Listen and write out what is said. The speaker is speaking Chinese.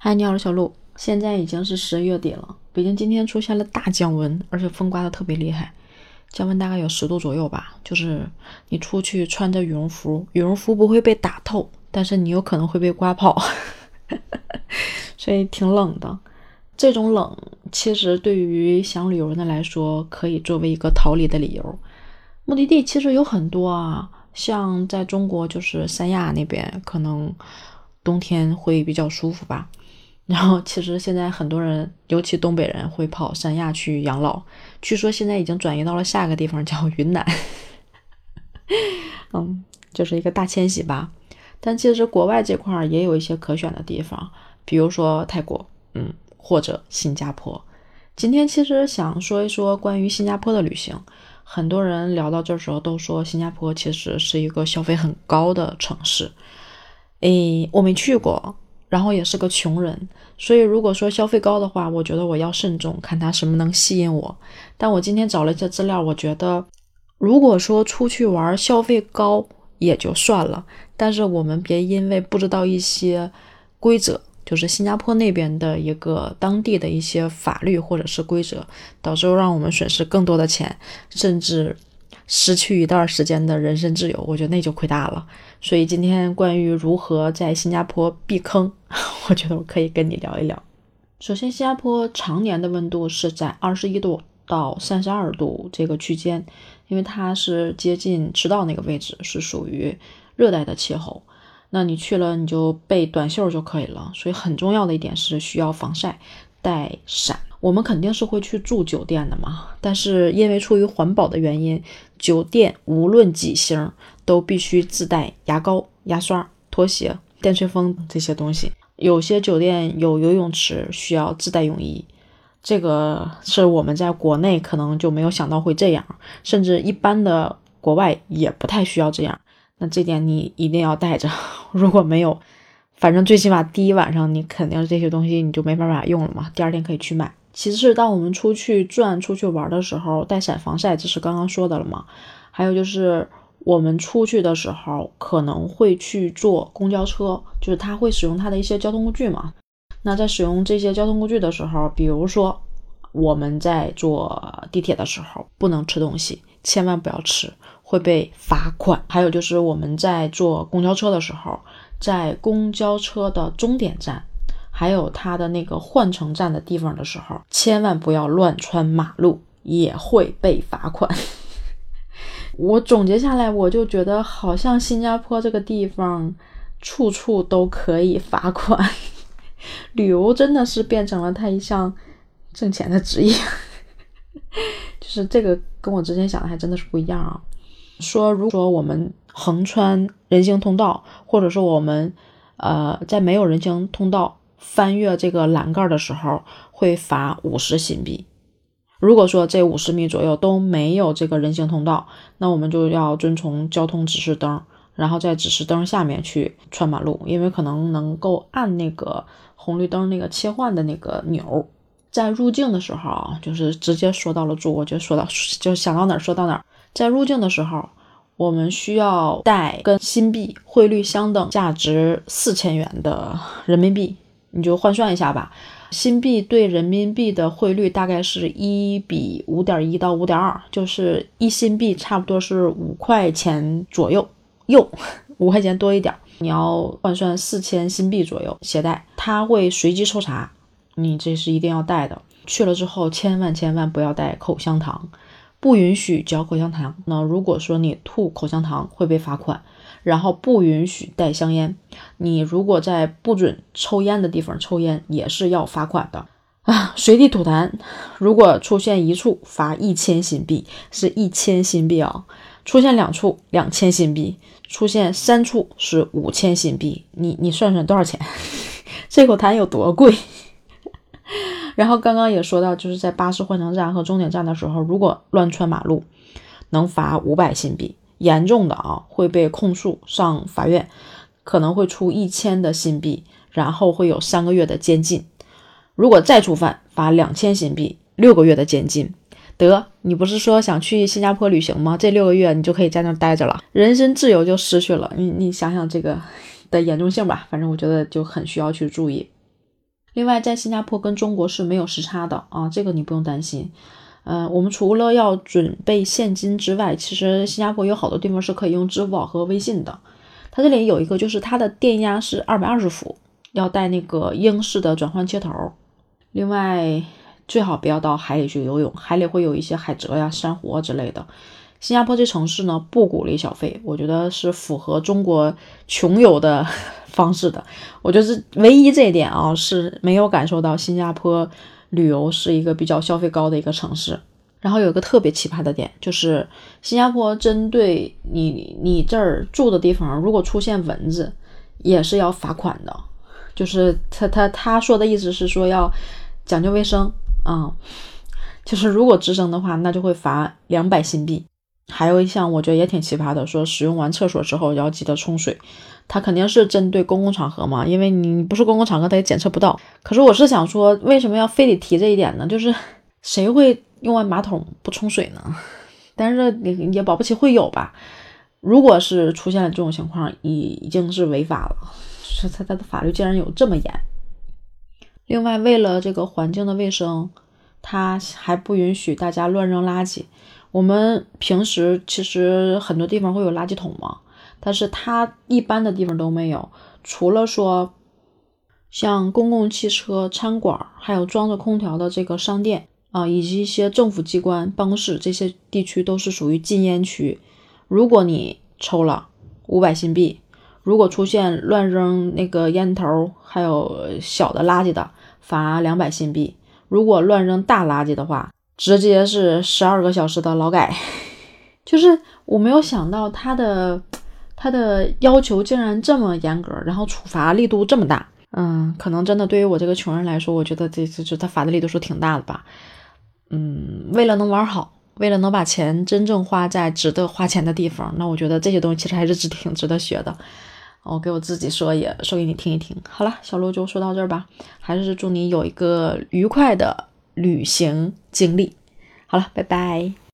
嗨，你好，小鹿。现在已经是10月底了，北京今天出现了大降温，而且风刮得特别厉害，降温大概有10度左右吧。就是你出去穿着羽绒服，羽绒服不会被打透，但是你有可能会被刮跑，所以挺冷的。这种冷其实对于想旅游的来说，可以作为一个逃离的理由。目的地其实有很多啊，像在中国就是三亚那边，可能冬天会比较舒服吧。然后其实现在很多人，尤其东北人会跑三亚去养老，据说现在已经转移到了下个地方叫云南。就是一个大迁徙吧。但其实国外这块也有一些可选的地方，比如说泰国，或者新加坡。今天其实想说一说关于新加坡的旅行。很多人聊到这时候都说新加坡其实是一个消费很高的城市。我没去过，然后也是个穷人，所以如果说消费高的话，我觉得我要慎重，看它什么能吸引我。但我今天找了一些资料，我觉得如果说出去玩消费高也就算了，但是我们别因为不知道一些规则，就是新加坡那边的一个当地的一些法律或者是规则，导致让我们损失更多的钱，甚至失去一段时间的人身自由，我觉得那就亏大了。所以今天关于如何在新加坡避坑，我觉得我可以跟你聊一聊。首先，新加坡常年的温度是在21度到32度这个区间，因为它是接近赤道那个位置，是属于热带的气候。那你去了你就备短袖就可以了，所以很重要的一点是需要防晒，带伞。我们肯定是会去住酒店的嘛，但是因为出于环保的原因，酒店无论几星都必须自带牙膏、牙刷、拖鞋、电吹风这些东西。有些酒店有游泳池需要自带泳衣，这个是我们在国内可能就没有想到会这样，甚至一般的国外也不太需要这样。那这点你一定要带着，如果没有，反正最起码第一晚上你肯定这些东西你就没办法用了嘛，第二天可以去买。其次是当我们出去转出去玩的时候，带伞防晒，这是刚刚说的了嘛。还有就是我们出去的时候可能会去坐公交车，就是它会使用它的一些交通工具嘛。那在使用这些交通工具的时候，比如说我们在坐地铁的时候不能吃东西，千万不要吃，会被罚款。还有就是我们在坐公交车的时候，在公交车的终点站还有它的那个换乘站的地方的时候，千万不要乱穿马路，也会被罚款。我总结下来，我就觉得好像新加坡这个地方处处都可以罚款。旅游真的是变成了它一项挣钱的职业。就是这个跟我之前想的还真的是不一样啊。说如果说我们横穿人行通道，或者说我们在没有人行通道翻越这个栏杆的时候，会罚50新币。如果说这50米左右都没有这个人行通道，那我们就要遵从交通指示灯，然后在指示灯下面去穿马路，因为可能能够按那个红绿灯那个切换的那个钮。在入境的时候啊，就是直接说到了住，我就想到哪儿说到哪儿。在入境的时候，我们需要带跟新币汇率相等、价值4000元的人民币，你就换算一下吧。新币对人民币的汇率大概是1比5.1到5.2，就是1新币差不多是5块钱左右，5块钱多一点。你要换算4000新币左右携带，它会随机抽查，你这是一定要带的。去了之后千万不要带口香糖，不允许嚼口香糖。那如果说你吐口香糖会被罚款。然后不允许带香烟，你如果在不准抽烟的地方抽烟也是要罚款的啊。随地吐痰，如果出现1处罚1000新币，是1000新币啊。出现2处2000新币，出现3处是5000新币。你算算多少钱？这口痰有多贵？然后刚刚也说到，就是在巴士换乘站和终点站的时候，如果乱穿马路，能罚500新币。严重的啊，会被控诉上法院，可能会出1000的新币，然后会有3个月的监禁。如果再触犯，罚2000新币，6个月的监禁。你不是说想去新加坡旅行吗？这6个月你就可以在那待着了，人身自由就失去了。你想想这个的严重性吧，反正我觉得就很需要去注意。 另外，在新加坡跟中国是没有时差的啊，这个你不用担心。我们除了要准备现金之外，其实新加坡有好多地方是可以用支付宝和微信的。它这里有一个，就是它的电压是220伏，要带那个英式的转换接头。另外，最好不要到海里去游泳，海里会有一些海蜇呀、珊瑚之类的。新加坡这城市呢，不鼓励消费，我觉得是符合中国穷游的方式的。我觉得是唯一这一点啊，是没有感受到新加坡旅游是一个比较消费高的一个城市。然后有一个特别奇葩的点，就是新加坡针对你这儿住的地方，如果出现蚊子，也是要罚款的。就是他说的意思是说要讲究卫生啊，就是如果吱声的话，那就会罚200新币。还有一项我觉得也挺奇葩的，说使用完厕所之后要记得冲水。它肯定是针对公共场合嘛，因为你不是公共场合，它也检测不到。可是我是想说，为什么要非得提这一点呢？就是谁会用完马桶不冲水呢？但是也保不齐会有吧。如果是出现了这种情况，已经是违法了。是它的法律竟然有这么严。另外，为了这个环境的卫生，它还不允许大家乱扔垃圾。我们平时其实很多地方会有垃圾桶嘛，但是它一般的地方都没有，除了说像公共汽车、餐馆，还有装着空调的这个商店啊，以及一些政府机关、办公室，这些地区都是属于禁烟区。如果你抽了500新币，如果出现乱扔那个烟头还有小的垃圾的，罚200新币。如果乱扔大垃圾的话，直接是12个小时的劳改。就是我没有想到他的要求竟然这么严格，然后处罚力度这么大。可能真的对于我这个穷人来说，我觉得这他罚的力度是挺大的吧。为了能玩好，为了能把钱真正花在值得花钱的地方，那我觉得这些东西其实还是挺值得学的。我给我自己说，也说给你听一听。好了，小鹿就说到这儿吧，还是祝你有一个愉快的旅行经历。好了，拜拜。